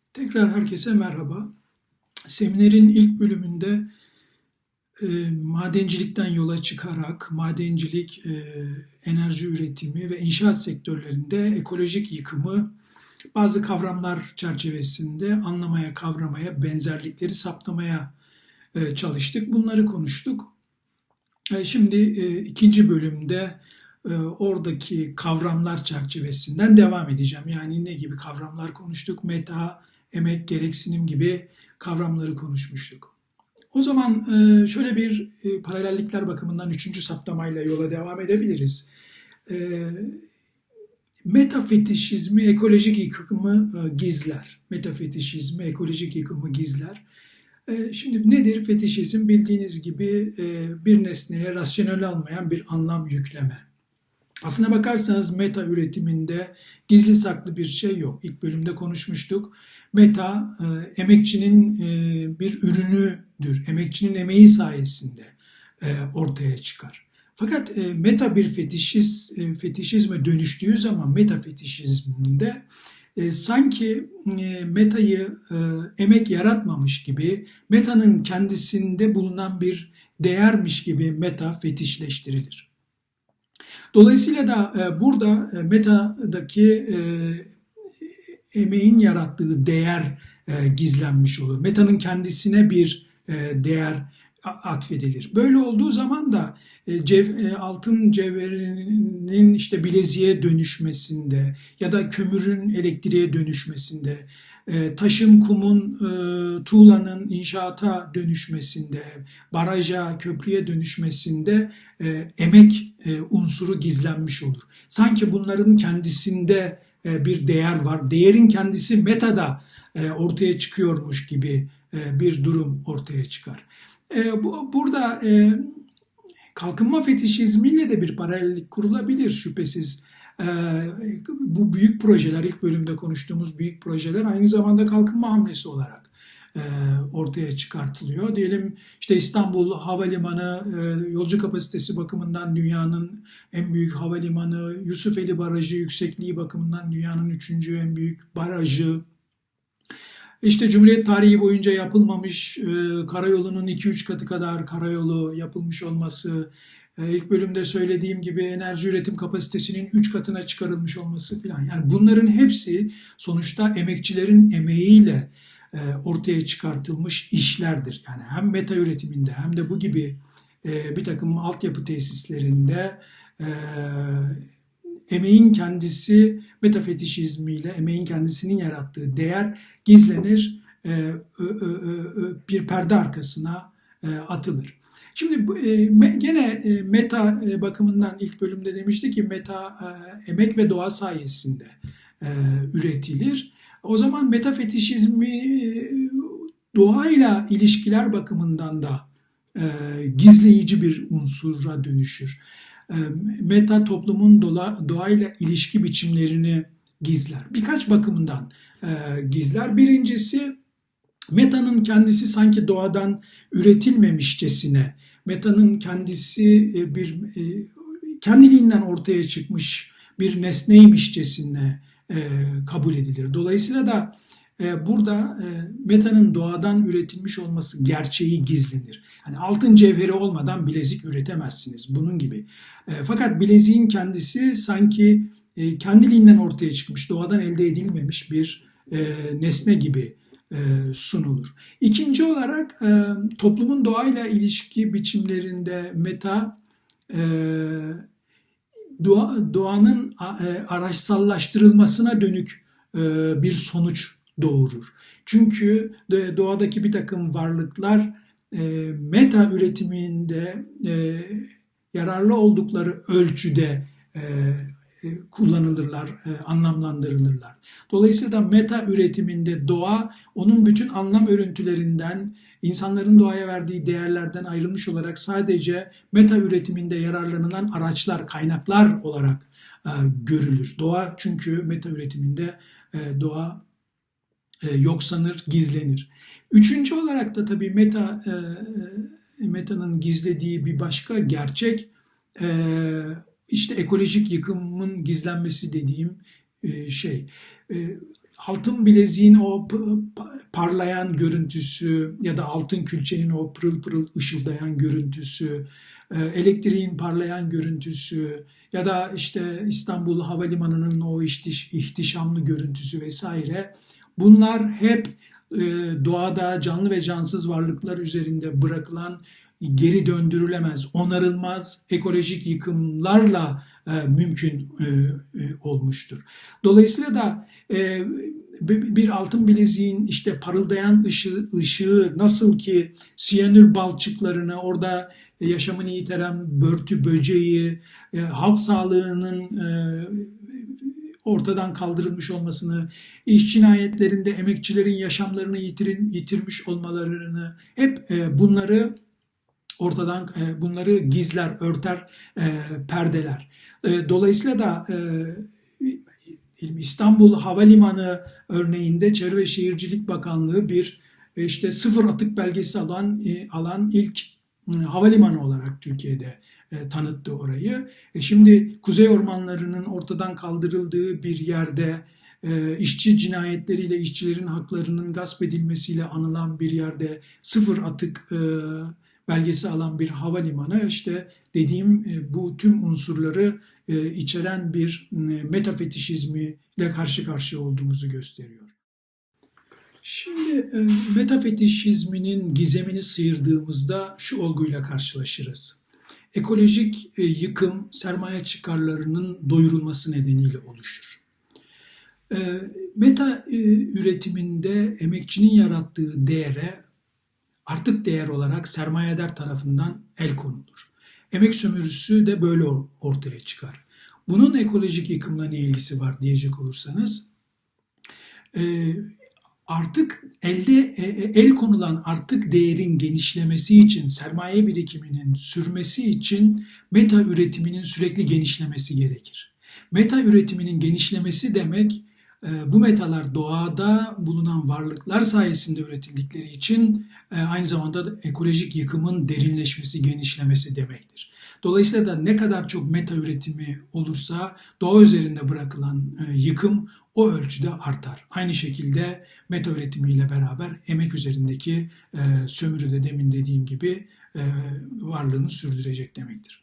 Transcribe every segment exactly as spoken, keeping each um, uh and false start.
Tekrar herkese merhaba. Seminerin ilk bölümünde e, madencilikten yola çıkarak madencilik, e, enerji üretimi ve inşaat sektörlerinde ekolojik yıkımı bazı kavramlar çerçevesinde anlamaya, kavramaya, benzerlikleri saptamaya e, çalıştık. Bunları konuştuk. E, şimdi e, ikinci bölümde e, oradaki kavramlar çerçevesinden devam edeceğim. Yani ne gibi kavramlar konuştuk? Meta, emek, gereksinim gibi kavramları konuşmuştuk. O zaman e, şöyle bir e, paralellikler bakımından üçüncü saptamayla yola devam edebiliriz. E, Metafetişizmi ekolojik yıkımı e, gizler. Metafetişizmi ekolojik yıkımı gizler. E, Şimdi nedir fetişizm? Bildiğiniz gibi e, bir nesneye rasyonel almayan bir anlam yükleme. Aslına bakarsanız meta üretiminde gizli saklı bir şey yok. İlk bölümde konuşmuştuk. Meta e, emekçinin e, bir ürünüdür. Emekçinin emeği sayesinde e, ortaya çıkar. Fakat e, meta bir fetişiz, e, fetişizme dönüştüğü zaman meta fetişizminde e, sanki e, metayı e, emek yaratmamış gibi, metanın kendisinde bulunan bir değermiş gibi meta fetişleştirilir. Dolayısıyla da e, burada e, metadaki e, emeğin yarattığı değer e, gizlenmiş olur. Metanın kendisine bir e, değer atfedilir. Böyle olduğu zaman da e, cev, e, altın cevherinin işte bileziğe dönüşmesinde ya da kömürün elektriğe dönüşmesinde, e, taşın, kumun, e, tuğlanın inşaata dönüşmesinde, baraja, köprüye dönüşmesinde e, emek e, unsuru gizlenmiş olur. Sanki bunların kendisinde e, bir değer var. Değerin kendisi metada e, ortaya çıkıyormuş gibi e, bir durum ortaya çıkar. E, bu, burada e, kalkınma fetişizmiyle de bir paralellik kurulabilir şüphesiz. E, bu büyük projeler, ilk bölümde konuştuğumuz büyük projeler aynı zamanda kalkınma hamlesi olarak e, ortaya çıkartılıyor. Diyelim işte İstanbul Havalimanı e, yolcu kapasitesi bakımından dünyanın en büyük havalimanı, Yusufeli Barajı yüksekliği bakımından dünyanın üçüncü en büyük barajı. İşte Cumhuriyet tarihi boyunca yapılmamış e, karayolunun iki üç katı kadar karayolu yapılmış olması, e, ilk bölümde söylediğim gibi enerji üretim kapasitesinin üç katına çıkarılmış olması filan. Yani bunların hepsi sonuçta emekçilerin emeğiyle e, ortaya çıkartılmış işlerdir. Yani hem meta üretiminde hem de bu gibi e, bir takım altyapı tesislerinde e, emeğin kendisi metafetişizmiyle emeğin kendisinin yarattığı değer gizlenir, e, ö, ö, ö, bir perde arkasına e, atılır. Şimdi e, gene e, meta e, bakımından ilk bölümde demişti ki meta e, emek ve doğa sayesinde e, üretilir. O zaman metafetişizmi e, doğayla ilişkiler bakımından da e, gizleyici bir unsura dönüşür. E, meta toplumun doğa, doğayla ilişki biçimlerini gizler. Birkaç bakımından e, gizler. Birincisi metanın kendisi sanki doğadan üretilmemişçesine, metanın kendisi e, bir e, kendiliğinden ortaya çıkmış bir nesneymişçesine e, kabul edilir. Dolayısıyla da e, burada e, metanın doğadan üretilmiş olması gerçeği gizlenir. Hani altın cevheri olmadan bilezik üretemezsiniz bunun gibi. E, fakat bileziğin kendisi sanki e, kendiliğinden ortaya çıkmış, doğadan elde edilmemiş bir e, nesne gibi e, sunulur. İkinci olarak e, toplumun doğayla ilişki biçimlerinde meta e, doğa, doğanın e, araçsallaştırılmasına dönük e, bir sonuç doğurur. Çünkü de, doğadaki bir takım varlıklar e, meta üretiminde e, yararlı oldukları ölçüde e, e, kullanılırlar, e, anlamlandırılırlar. Dolayısıyla da meta üretiminde doğa onun bütün anlam örüntülerinden, insanların doğaya verdiği değerlerden ayrılmış olarak sadece meta üretiminde yararlanılan araçlar, kaynaklar olarak e, görülür. Doğa çünkü meta üretiminde e, doğa e, yoksanır, gizlenir. Üçüncü olarak da tabii meta e, metanın gizlediği bir başka gerçek e, işte ekolojik yıkımın gizlenmesi dediğim e, şey. E, altın bileziğin o parlayan görüntüsü ya da altın külçenin o pırıl pırıl ışıldayan görüntüsü, elektriğin parlayan görüntüsü ya da işte İstanbul Havalimanı'nın o ihtiş, ihtişamlı görüntüsü vesaire, bunlar hep doğada canlı ve cansız varlıklar üzerinde bırakılan geri döndürülemez, onarılmaz ekolojik yıkımlarla e, mümkün e, e, olmuştur. Dolayısıyla da e, bir altın bileziğin işte parıldayan ışığı, ışığı nasıl ki siyanür balçıklarını, orada yaşamını yitiren börtü böceği, e, halk sağlığının e, ortadan kaldırılmış olmasını, iş cinayetlerinde emekçilerin yaşamlarını yitirin, yitirmiş olmalarını, hep e, bunları ortadan e, bunları gizler, örter, e, perdeler. E, dolayısıyla da e, İstanbul Havalimanı örneğinde Çevre ve Şehircilik Bakanlığı bir e, işte sıfır atık belgesi alan e, alan ilk e, havalimanı olarak Türkiye'de e, tanıttı orayı. E, şimdi kuzey ormanlarının ortadan kaldırıldığı bir yerde, e, işçi cinayetleriyle işçilerin haklarının gasp edilmesiyle anılan bir yerde sıfır atık e, belgesi alan bir havalimanı, işte dediğim bu tüm unsurları içeren bir metafetişizmiyle karşı karşıya olduğumuzu gösteriyor. Şimdi metafetişizminin gizemini sıyırdığımızda şu olguyla karşılaşırız. Ekolojik yıkım sermaye çıkarlarının doyurulması nedeniyle oluşur. Meta üretiminde emekçinin yarattığı değere artık değer olarak sermayedar tarafından el konulur. Emek sömürüsü de böyle ortaya çıkar. Bunun ekolojik yıkımla ne ilgisi var diyecek olursanız, artık elde el konulan artık değerin genişlemesi için, sermaye birikiminin sürmesi için meta üretiminin sürekli genişlemesi gerekir. Meta üretiminin genişlemesi demek, bu metalar doğada bulunan varlıklar sayesinde üretildikleri için aynı zamanda da ekolojik yıkımın derinleşmesi, genişlemesi demektir. Dolayısıyla da ne kadar çok meta üretimi olursa doğa üzerinde bırakılan yıkım o ölçüde artar. Aynı şekilde meta üretimiyle beraber emek üzerindeki sömürü de demin dediğim gibi varlığını sürdürecek demektir.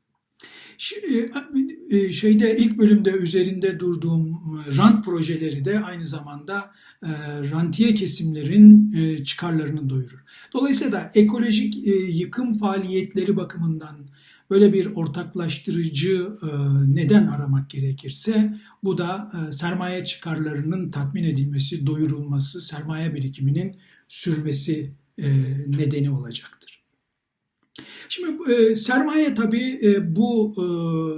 Şeyde ilk bölümde üzerinde durduğum rant projeleri de aynı zamanda rantiye kesimlerin çıkarlarını doyurur. Dolayısıyla da ekolojik yıkım faaliyetleri bakımından böyle bir ortaklaştırıcı neden aramak gerekirse, bu da sermaye çıkarlarının tatmin edilmesi, doyurulması, sermaye birikiminin sürmesi nedeni olacaktır. Şimdi e, sermaye tabii e, bu e,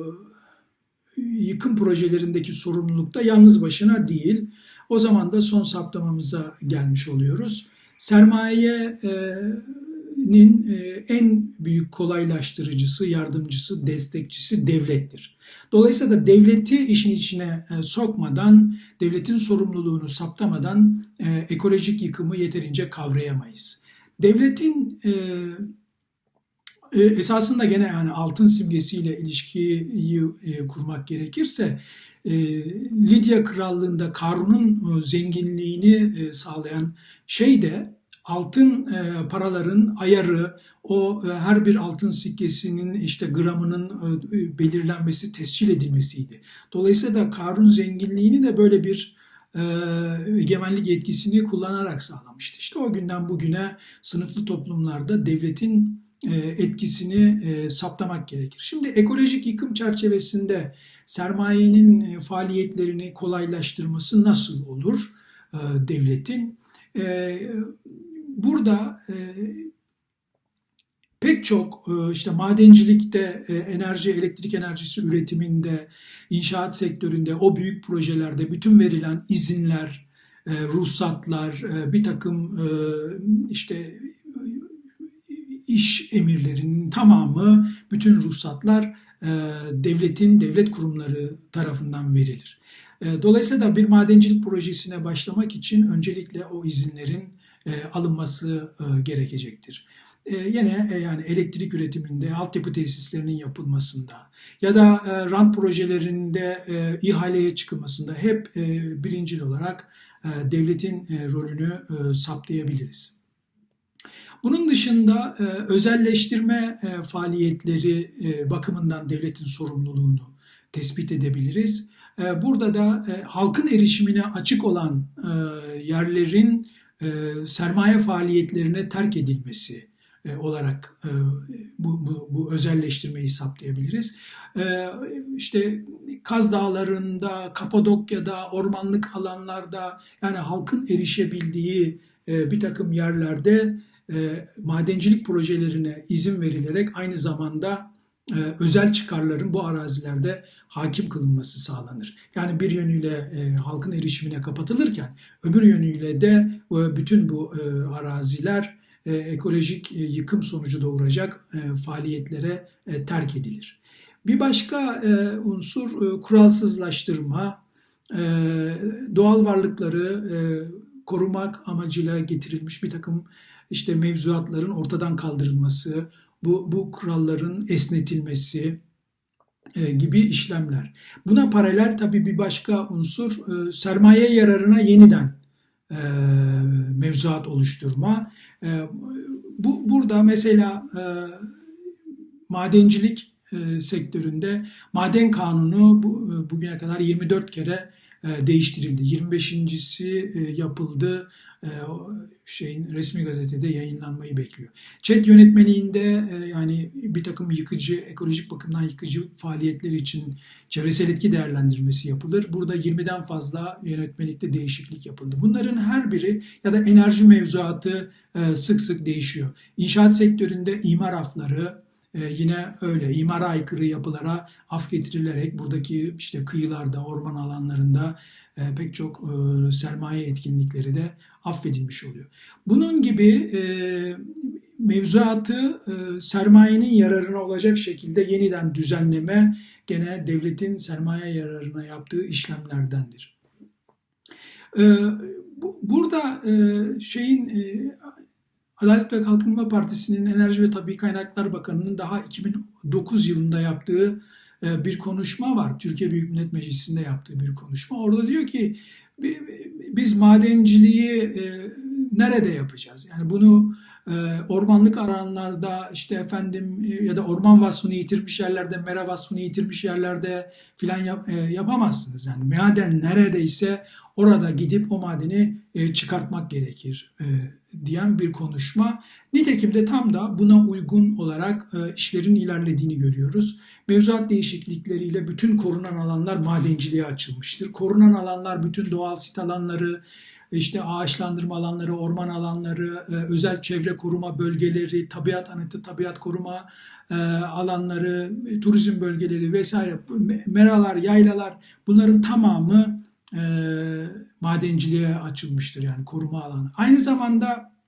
yıkım projelerindeki sorumlulukta yalnız başına değil. O zaman da son saptamamıza gelmiş oluyoruz. Sermayenin e, en büyük kolaylaştırıcısı, yardımcısı, destekçisi devlettir. Dolayısıyla da devleti işin içine e, sokmadan, devletin sorumluluğunu saptamadan e, ekolojik yıkımı yeterince kavrayamayız. Devletin e, esasında gene yani altın simgesiyle ilişkiyi kurmak gerekirse, Lidya Krallığı'nda Karun'un zenginliğini sağlayan şey de altın paraların ayarı, o her bir altın sikkesinin işte gramının belirlenmesi, tescil edilmesiydi. Dolayısıyla da Karun zenginliğini de böyle bir egemenlik yetkisini kullanarak sağlamıştı. İşte o günden bugüne sınıflı toplumlarda devletin etkisini saptamak gerekir. Şimdi ekolojik yıkım çerçevesinde sermayenin faaliyetlerini kolaylaştırması nasıl olur devletin? Burada pek çok işte madencilikte, enerji, elektrik enerjisi üretiminde, inşaat sektöründe, o büyük projelerde bütün verilen izinler, ruhsatlar, bir takım işte iş emirlerinin tamamı, bütün ruhsatlar devletin, devlet kurumları tarafından verilir. Dolayısıyla da bir madencilik projesine başlamak için öncelikle o izinlerin alınması gerekecektir. Yine yani elektrik üretiminde, altyapı tesislerinin yapılmasında ya da rant projelerinde ihaleye çıkılmasında hep birincil olarak devletin rolünü saptayabiliriz. Bunun dışında özelleştirme faaliyetleri bakımından devletin sorumluluğunu tespit edebiliriz. Burada da halkın erişimine açık olan yerlerin sermaye faaliyetlerine terk edilmesi olarak bu, bu, bu özelleştirmeyi saptayabiliriz. İşte Kaz Dağları'nda, Kapadokya'da, ormanlık alanlarda, yani halkın erişebildiği bir takım yerlerde madencilik projelerine izin verilerek aynı zamanda özel çıkarların bu arazilerde hakim kılınması sağlanır. Yani bir yönüyle halkın erişimine kapatılırken öbür yönüyle de bütün bu araziler ekolojik yıkım sonucu doğuracak faaliyetlere terk edilir. Bir başka unsur kuralsızlaştırma, doğal varlıkları korumak amacıyla getirilmiş bir takım işte mevzuatların ortadan kaldırılması, bu, bu kuralların esnetilmesi gibi işlemler. Buna paralel tabii bir başka unsur sermaye yararına yeniden mevzuat oluşturma. Bu burada mesela madencilik sektöründe maden kanunu bugüne kadar yirmi dört kere değiştirildi. yirmi beşincisi yapıldı. Şeyin resmi gazetede yayınlanmayı bekliyor. ÇED yönetmeliğinde yani bir takım yıkıcı, ekolojik bakımdan yıkıcı faaliyetler için çevresel etki değerlendirmesi yapılır. Burada yirmiden fazla yönetmelikte değişiklik yapıldı. Bunların her biri ya da enerji mevzuatı sık sık değişiyor. İnşaat sektöründe imar afları yine öyle imara aykırı yapılara af getirilerek buradaki işte kıyılarda, orman alanlarında pek çok sermaye etkinlikleri de affedilmiş oluyor. Bunun gibi e, mevzuatı e, sermayenin yararına olacak şekilde yeniden düzenleme gene devletin sermaye yararına yaptığı işlemlerdendir. E, bu, burada e, şeyin e, Adalet ve Kalkınma Partisi'nin Enerji ve Tabii Kaynaklar Bakanı'nın daha iki bin dokuz yılında yaptığı e, bir konuşma var. Türkiye Büyük Millet Meclisi'nde yaptığı bir konuşma. Orada diyor ki biz madenciliği e, nerede yapacağız? Yani bunu e, ormanlık alanlarda işte efendim e, ya da orman vasfını yitirmiş yerlerde, mera vasfını yitirmiş yerlerde filan yap, e, yapamazsınız. Yani maden neredeyse orada gidip o madeni e, çıkartmak gerekir e, diyen bir konuşma. Nitekim de tam da buna uygun olarak e, işlerin ilerlediğini görüyoruz. Mevzuat değişiklikleriyle bütün korunan alanlar madenciliğe açılmıştır. Korunan alanlar bütün doğal sit alanları, işte ağaçlandırma alanları, orman alanları, özel çevre koruma bölgeleri, tabiat anıtı, tabiat koruma alanları, turizm bölgeleri vesaire, meralar, yaylalar, bunların tamamı madenciliğe açılmıştır, yani koruma alanı. Aynı zamanda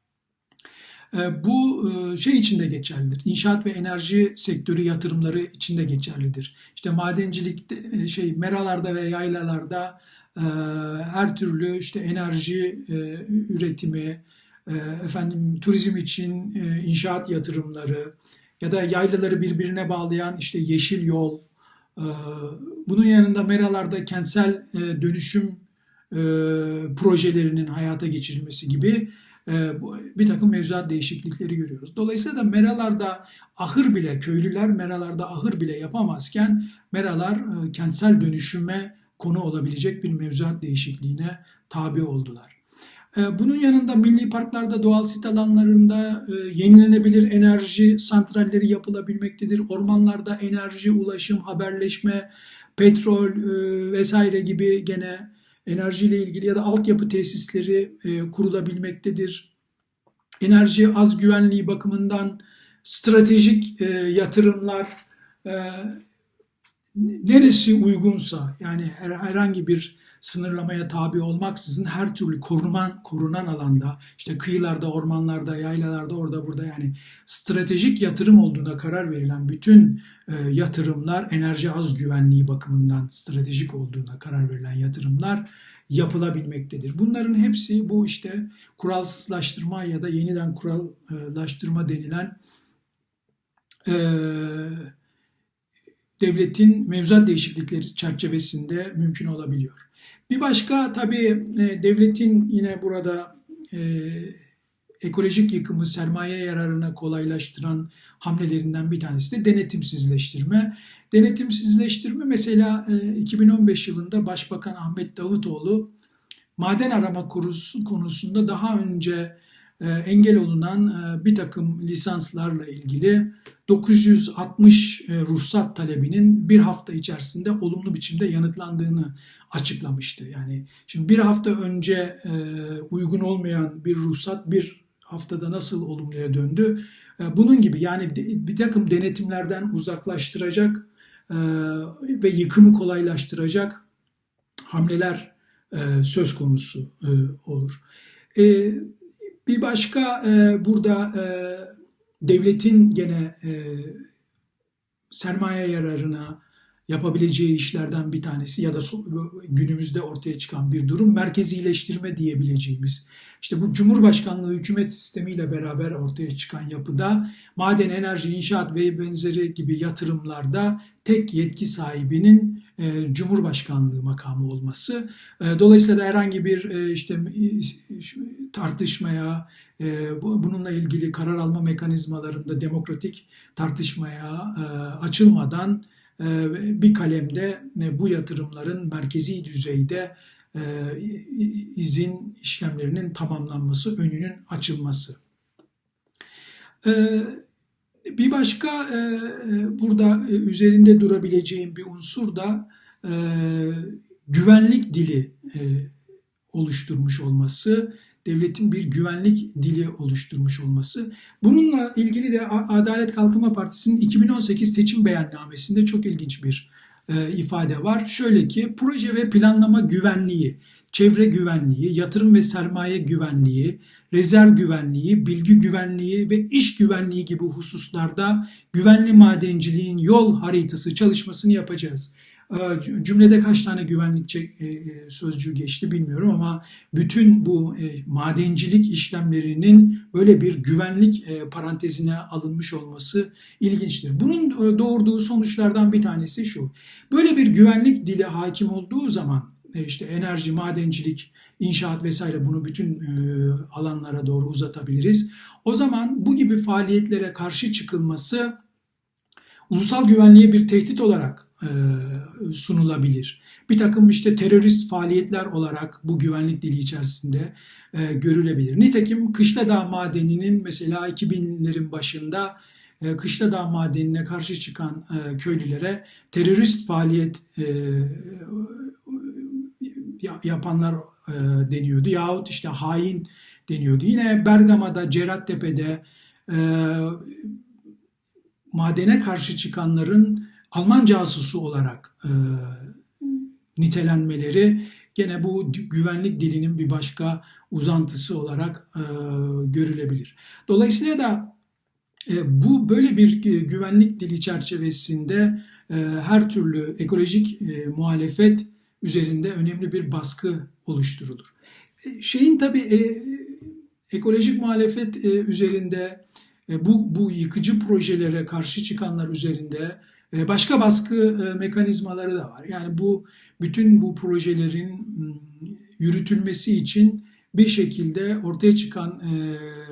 bu şey için de geçerlidir. İnşaat ve enerji sektörü yatırımları için de geçerlidir. İşte madencilikte, şey meralarda ve yaylalarda her türlü işte enerji üretimi, efendim turizm için inşaat yatırımları ya da yaylaları birbirine bağlayan işte yeşil yol, bunun yanında meralarda kentsel dönüşüm projelerinin hayata geçirilmesi gibi bir takım mevzuat değişiklikleri görüyoruz. Dolayısıyla da meralarda ahır bile, köylüler meralarda ahır bile yapamazken meralar kentsel dönüşüme konu olabilecek bir mevzuat değişikliğine tabi oldular. Bunun yanında milli parklarda, doğal sit alanlarında yenilenebilir enerji santralleri yapılabilmektedir. Ormanlarda enerji, ulaşım, haberleşme, petrol vesaire gibi gene enerjiyle ilgili ya da altyapı tesisleri kurulabilmektedir. Enerji az güvenliği bakımından stratejik yatırımlar neresi uygunsa, yani herhangi bir sınırlamaya tabi olmaksızın her türlü korunan, korunan alanda, işte kıyılarda, ormanlarda, yaylalarda, orada burada, yani stratejik yatırım olduğuna karar verilen bütün e, yatırımlar, enerji az güvenliği bakımından stratejik olduğuna karar verilen yatırımlar yapılabilmektedir. Bunların hepsi bu işte kuralsızlaştırma ya da yeniden kurallaştırma denilen e, devletin mevzuat değişiklikleri çerçevesinde mümkün olabiliyor. Bir başka tabii e, devletin yine burada e, ekolojik yıkımı sermaye yararına kolaylaştıran hamlelerinden bir tanesi de denetimsizleştirme. Denetimsizleştirme mesela e, iki bin on beş yılında Başbakan Ahmet Davutoğlu maden arama konusunda daha önce e, engel olunan e, bir takım lisanslarla ilgili dokuz yüz altmış e, ruhsat talebinin bir hafta içerisinde olumlu biçimde yanıtlandığını açıklamıştı. Yani şimdi bir hafta önce e, uygun olmayan bir ruhsat bir haftada nasıl olumluya döndü? E, bunun gibi yani bir takım denetimlerden uzaklaştıracak e, ve yıkımı kolaylaştıracak hamleler e, söz konusu e, olur. E, bir başka e, burada e, devletin gene e, sermaye yararına yapabileceği işlerden bir tanesi ya da günümüzde ortaya çıkan bir durum merkezileştirme diyebileceğimiz. İşte bu Cumhurbaşkanlığı hükümet sistemiyle beraber ortaya çıkan yapıda maden, enerji, inşaat ve benzeri gibi yatırımlarda tek yetki sahibinin e, Cumhurbaşkanlığı makamı olması. E, dolayısıyla da herhangi bir e, işte e, tartışmaya, e, bununla ilgili karar alma mekanizmalarında demokratik tartışmaya e, açılmadan bir kalemde bu yatırımların merkezi düzeyde izin işlemlerinin tamamlanması, önünün açılması. Bir başka burada üzerinde durabileceğim bir unsur da güvenlik dili oluşturmuş olması, devletin bir güvenlik dili oluşturmuş olması. Bununla ilgili de Adalet Kalkınma Partisi'nin iki bin on sekiz seçim beyannamesinde çok ilginç bir e, ifade var. Şöyle ki proje ve planlama güvenliği, çevre güvenliği, yatırım ve sermaye güvenliği, rezerv güvenliği, bilgi güvenliği ve iş güvenliği gibi hususlarda güvenli madenciliğin yol haritası çalışmasını yapacağız. Cümlede kaç tane güvenlik sözcüğü geçti bilmiyorum ama bütün bu madencilik işlemlerinin böyle bir güvenlik parantezine alınmış olması ilginçtir. Bunun doğurduğu sonuçlardan bir tanesi şu. Böyle bir güvenlik dili hakim olduğu zaman işte enerji, madencilik, inşaat vesaire bunu bütün alanlara doğru uzatabiliriz. O zaman bu gibi faaliyetlere karşı çıkılması ulusal güvenliğe bir tehdit olarak e, sunulabilir. Bir takım işte terörist faaliyetler olarak bu güvenlik dili içerisinde e, görülebilir. Nitekim Kışladağ Madeni'nin mesela iki binlerin başında e, Kışladağ Madeni'ne karşı çıkan e, köylülere terörist faaliyet e, yapanlar e, deniyordu. Yahut işte hain deniyordu. Yine Bergama'da, Cerattepe'de e, madene karşı çıkanların Alman casusu olarak e, nitelenmeleri gene bu güvenlik dilinin bir başka uzantısı olarak e, görülebilir. Dolayısıyla da e, bu böyle bir e, güvenlik dili çerçevesinde e, her türlü ekolojik e, muhalefet üzerinde önemli bir baskı oluşturulur. E, şeyin tabii e, ekolojik muhalefet e, üzerinde Bu, bu yıkıcı projelere karşı çıkanlar üzerinde başka baskı mekanizmaları da var. Yani bu bütün bu projelerin yürütülmesi için bir şekilde ortaya çıkan e,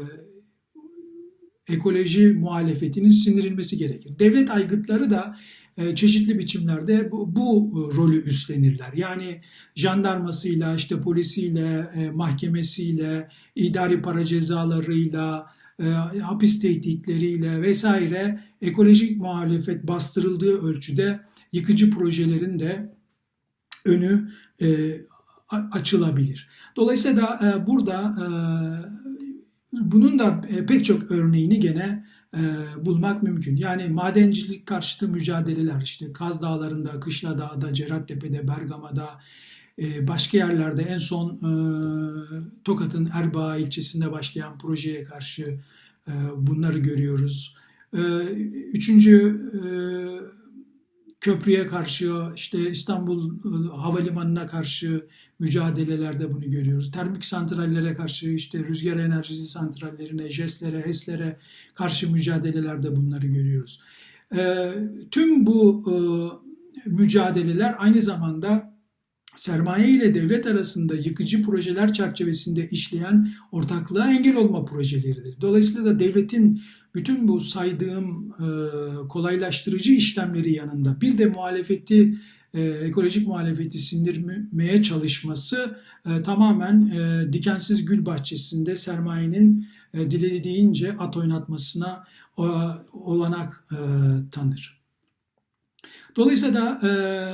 ekoloji muhalefetinin sindirilmesi gerekir. Devlet aygıtları da e, çeşitli biçimlerde bu, bu rolü üstlenirler. Yani jandarmasıyla, işte polisiyle, e, mahkemesiyle, idari para cezalarıyla, E, hapis tehditleriyle vesaire ekolojik muhalefet bastırıldığı ölçüde yıkıcı projelerin de önü e, açılabilir. Dolayısıyla da e, burada e, bunun da e, pek çok örneğini gene e, bulmak mümkün. Yani madencilik karşıtı mücadeleler işte Kaz Dağları'nda, Kışladağ'da, Cerattepe'de, Bergama'da, başka yerlerde en son e, Tokat'ın Erbaa ilçesinde başlayan projeye karşı e, bunları görüyoruz. E, üçüncü e, köprüye karşı işte İstanbul e, Havalimanı'na karşı mücadelelerde bunu görüyoruz. Termik santrallere karşı işte rüzgar enerjisi santrallerine, JES'lere, HES'lere karşı mücadelelerde bunları görüyoruz. E, tüm bu e, mücadeleler aynı zamanda sermaye ile devlet arasında yıkıcı projeler çerçevesinde işleyen ortaklığa engel olma projeleridir. Dolayısıyla da devletin bütün bu saydığım e, kolaylaştırıcı işlemleri yanında bir de muhalefeti, e, ekolojik muhalefeti sindirmeye çalışması e, tamamen e, dikensiz gül bahçesinde sermayenin e, dilediğince at oynatmasına e, olanak e, tanır. Dolayısıyla da e,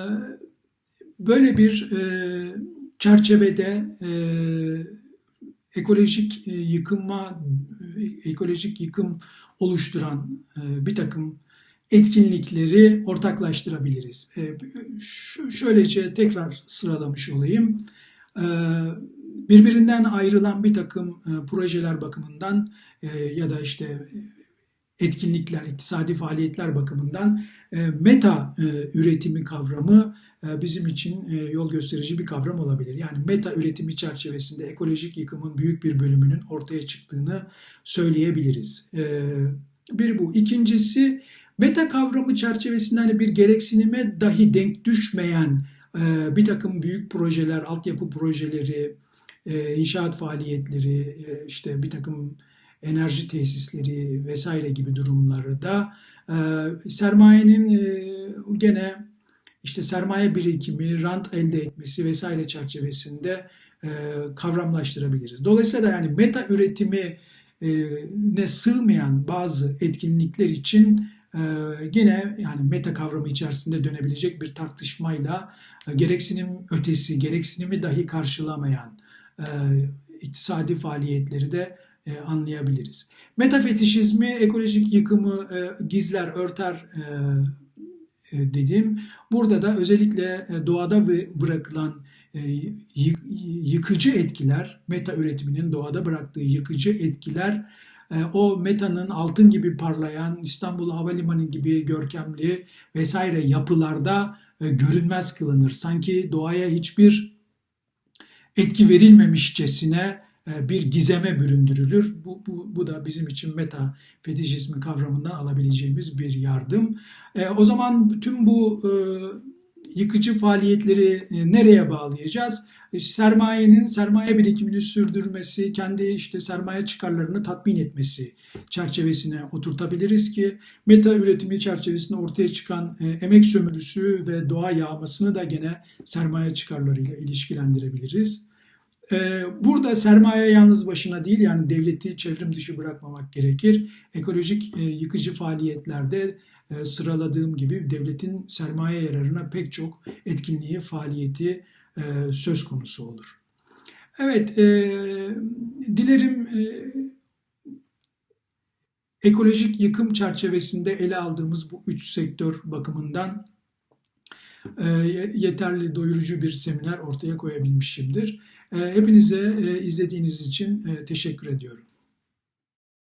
böyle bir e, çerçevede e, ekolojik e, yıkıma, e, ekolojik yıkım oluşturan e, bir takım etkinlikleri ortaklaştırabiliriz. E, şu, şöylece tekrar sıralamış olayım. E, birbirinden ayrılan bir takım e, projeler bakımından e, ya da işte etkinlikler, iktisadi faaliyetler bakımından e, meta e, üretimi kavramı e, bizim için e, yol gösterici bir kavram olabilir. Yani meta üretimi çerçevesinde ekolojik yıkımın büyük bir bölümünün ortaya çıktığını söyleyebiliriz. E, bir bu. İkincisi, meta kavramı çerçevesinde hani bir gereksinime dahi denk düşmeyen e, bir takım büyük projeler, altyapı projeleri, e, inşaat faaliyetleri, e, işte bir takım enerji tesisleri vesaire gibi durumları da e, sermayenin e, gene işte sermaye birikimi, rant elde etmesi vesaire çerçevesinde e, kavramlaştırabiliriz. Dolayısıyla da yani meta üretimi e, ne sığmayan bazı etkinlikler için e, gene yani meta kavramı içerisinde dönebilecek bir tartışmayla e, gereksinim ötesi, gereksinimi dahi karşılamayan e, iktisadi faaliyetleri de e, anlayabiliriz. Metafetişizmi, ekolojik yıkımı e, gizler, örter e, e, dedim. Burada da özellikle e, doğada bırakılan e, yık, yıkıcı etkiler, meta üretiminin doğada bıraktığı yıkıcı etkiler, e, o metanın altın gibi parlayan İstanbul Havalimanı gibi görkemli vesaire yapılarda e, görünmez kılınır. Sanki doğaya hiçbir etki verilmemişçesine bir gizeme büründürülür. Bu, bu, bu da bizim için meta fetişizmi kavramından alabileceğimiz bir yardım. E, o zaman tüm bu e, yıkıcı faaliyetleri e, nereye bağlayacağız? E, sermayenin sermaye birikimini sürdürmesi, kendi işte sermaye çıkarlarını tatmin etmesi çerçevesine oturtabiliriz ki meta üretimi çerçevesinde ortaya çıkan e, emek sömürüsü ve doğa yağmasını da gene sermaye çıkarlarıyla ilişkilendirebiliriz. Burada sermaye yalnız başına değil, yani devleti çevrim dışı bırakmamak gerekir. Ekolojik yıkıcı faaliyetlerde sıraladığım gibi devletin sermaye yararına pek çok etkinliği, faaliyeti söz konusu olur. Evet, dilerim ekolojik yıkım çerçevesinde ele aldığımız bu üç sektör bakımından yeterli, doyurucu bir seminer ortaya koyabilmişimdir. Hepinize izlediğiniz için teşekkür ediyorum.